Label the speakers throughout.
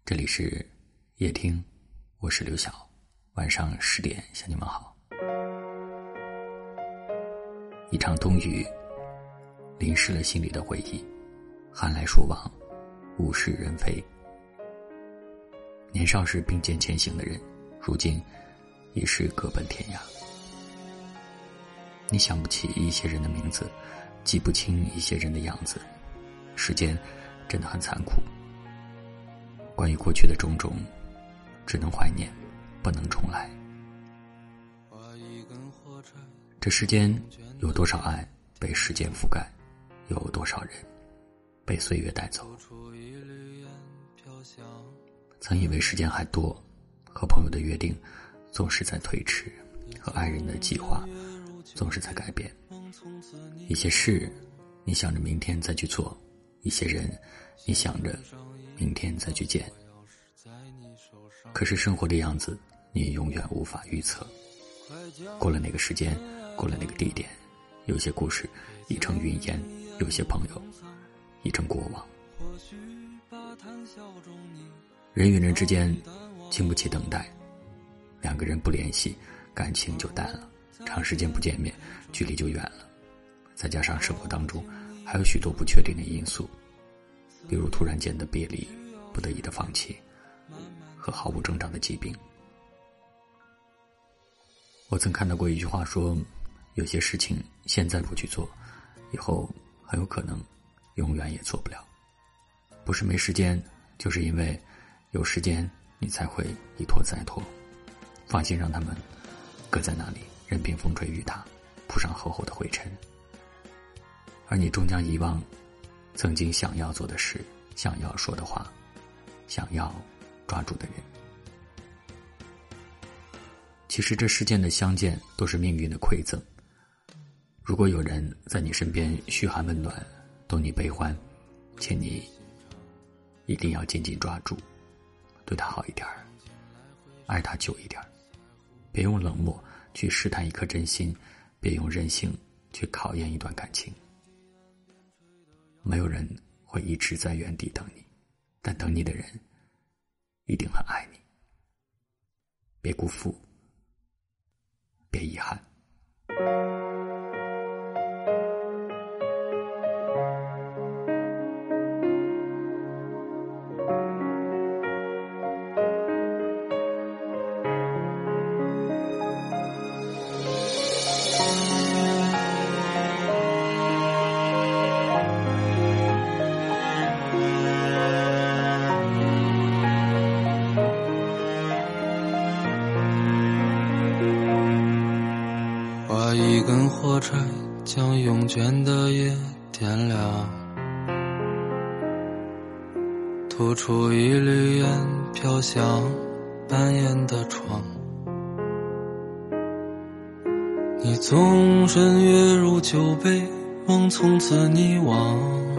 Speaker 1: 这里是夜听，我是刘晓，晚上10点向你们好。一场冬雨淋湿了心里的回忆，寒来暑往，物是人非。年少时并肩前行的人，如今已是各奔天涯。你想不起一些人的名字，记不清一些人的样子，时间真的很残酷。关于过去的种种，只能怀念，不能重来。这世间有多少爱被时间覆盖，有多少人被岁月带走。曾以为时间还多，和朋友的约定总是在推迟，和爱人的计划总是在改变。一些事你想着明天再去做，一些人你想着明天再去见。可是生活的样子你永远无法预测，过了那个时间，过了那个地点，有些故事已成云烟，有些朋友已成过往。人与人之间经不起等待，两个人不联系，感情就淡了，长时间不见面，距离就远了。再加上生活当中还有许多不确定的因素，比如突然间的别离，不得已的放弃，和毫无征兆的疾病。我曾看到过一句话说，有些事情现在不去做，以后很有可能永远也做不了。不是没时间，就是因为有时间你才会一拖再拖，放心让他们搁在那里，任凭风吹雨打，铺上厚厚的灰尘。而你终将遗忘曾经想要做的事，想要说的话，想要抓住的人。其实这世间的相见都是命运的馈赠，如果有人在你身边嘘寒问暖，懂你悲欢，请你一定要紧紧抓住，对他好一点，爱他久一点，别用冷漠去试探一颗真心，别用任性去考验一段感情。没有人会一直在原地等你，但等你的人一定很爱你。别辜负，别遗憾。
Speaker 2: 一根火柴将慵倦的夜点亮，吐出一缕烟飘向半掩的窗。你纵身跃入酒杯，梦从此溺亡。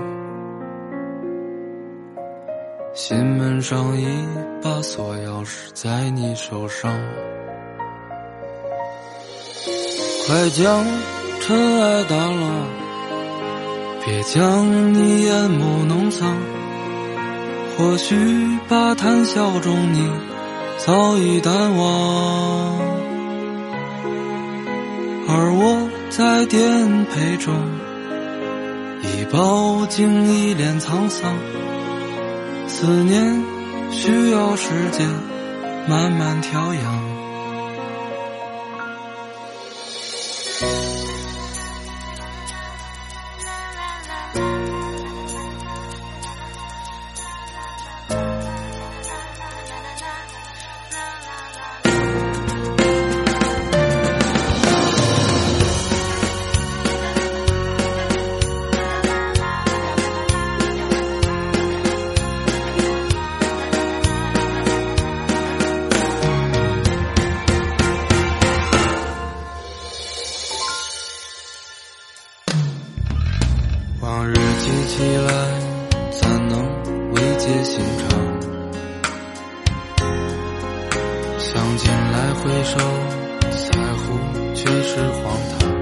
Speaker 2: 心门上一把锁钥匙在你手上，快将尘埃打落，别将你眼眸弄脏。或许把谈笑中你早已淡忘，而我在颠沛中已饱经一脸沧桑。思念需要时间慢慢调养。往日记起来怎能慰藉心肠，想进来回首，在乎却是荒唐。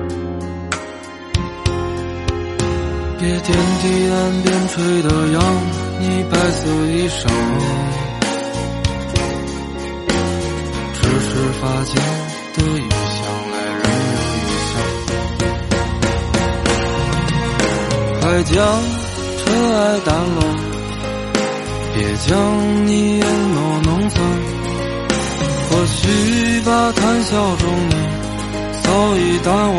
Speaker 2: 别天地岸边吹的扬你白色衣裳， 是发间的雨香，来人有余香。快将尘埃掸落，别将你眼眸弄脏。或许把谈笑中你早已淡忘，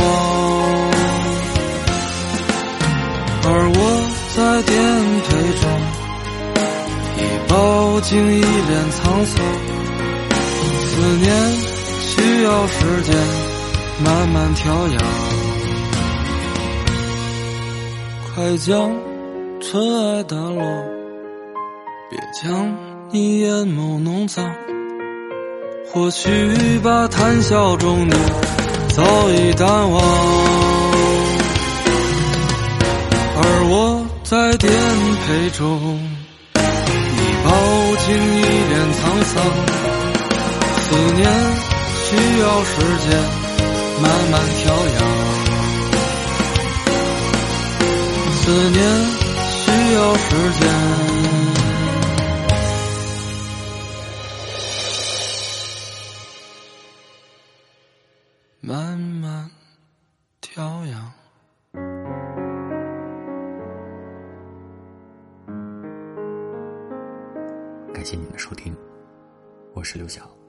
Speaker 2: 而我在颠沛中已饱经一脸沧桑。思念需要时间慢慢调养，快将尘埃掸落，别将你眼眸弄脏。或许把谈笑中你早已淡忘，而我在颠沛中已饱经一脸沧桑。思念需要时间慢慢调养，思念需要时间慢慢调养。
Speaker 1: 感谢您的收听，我是刘晓。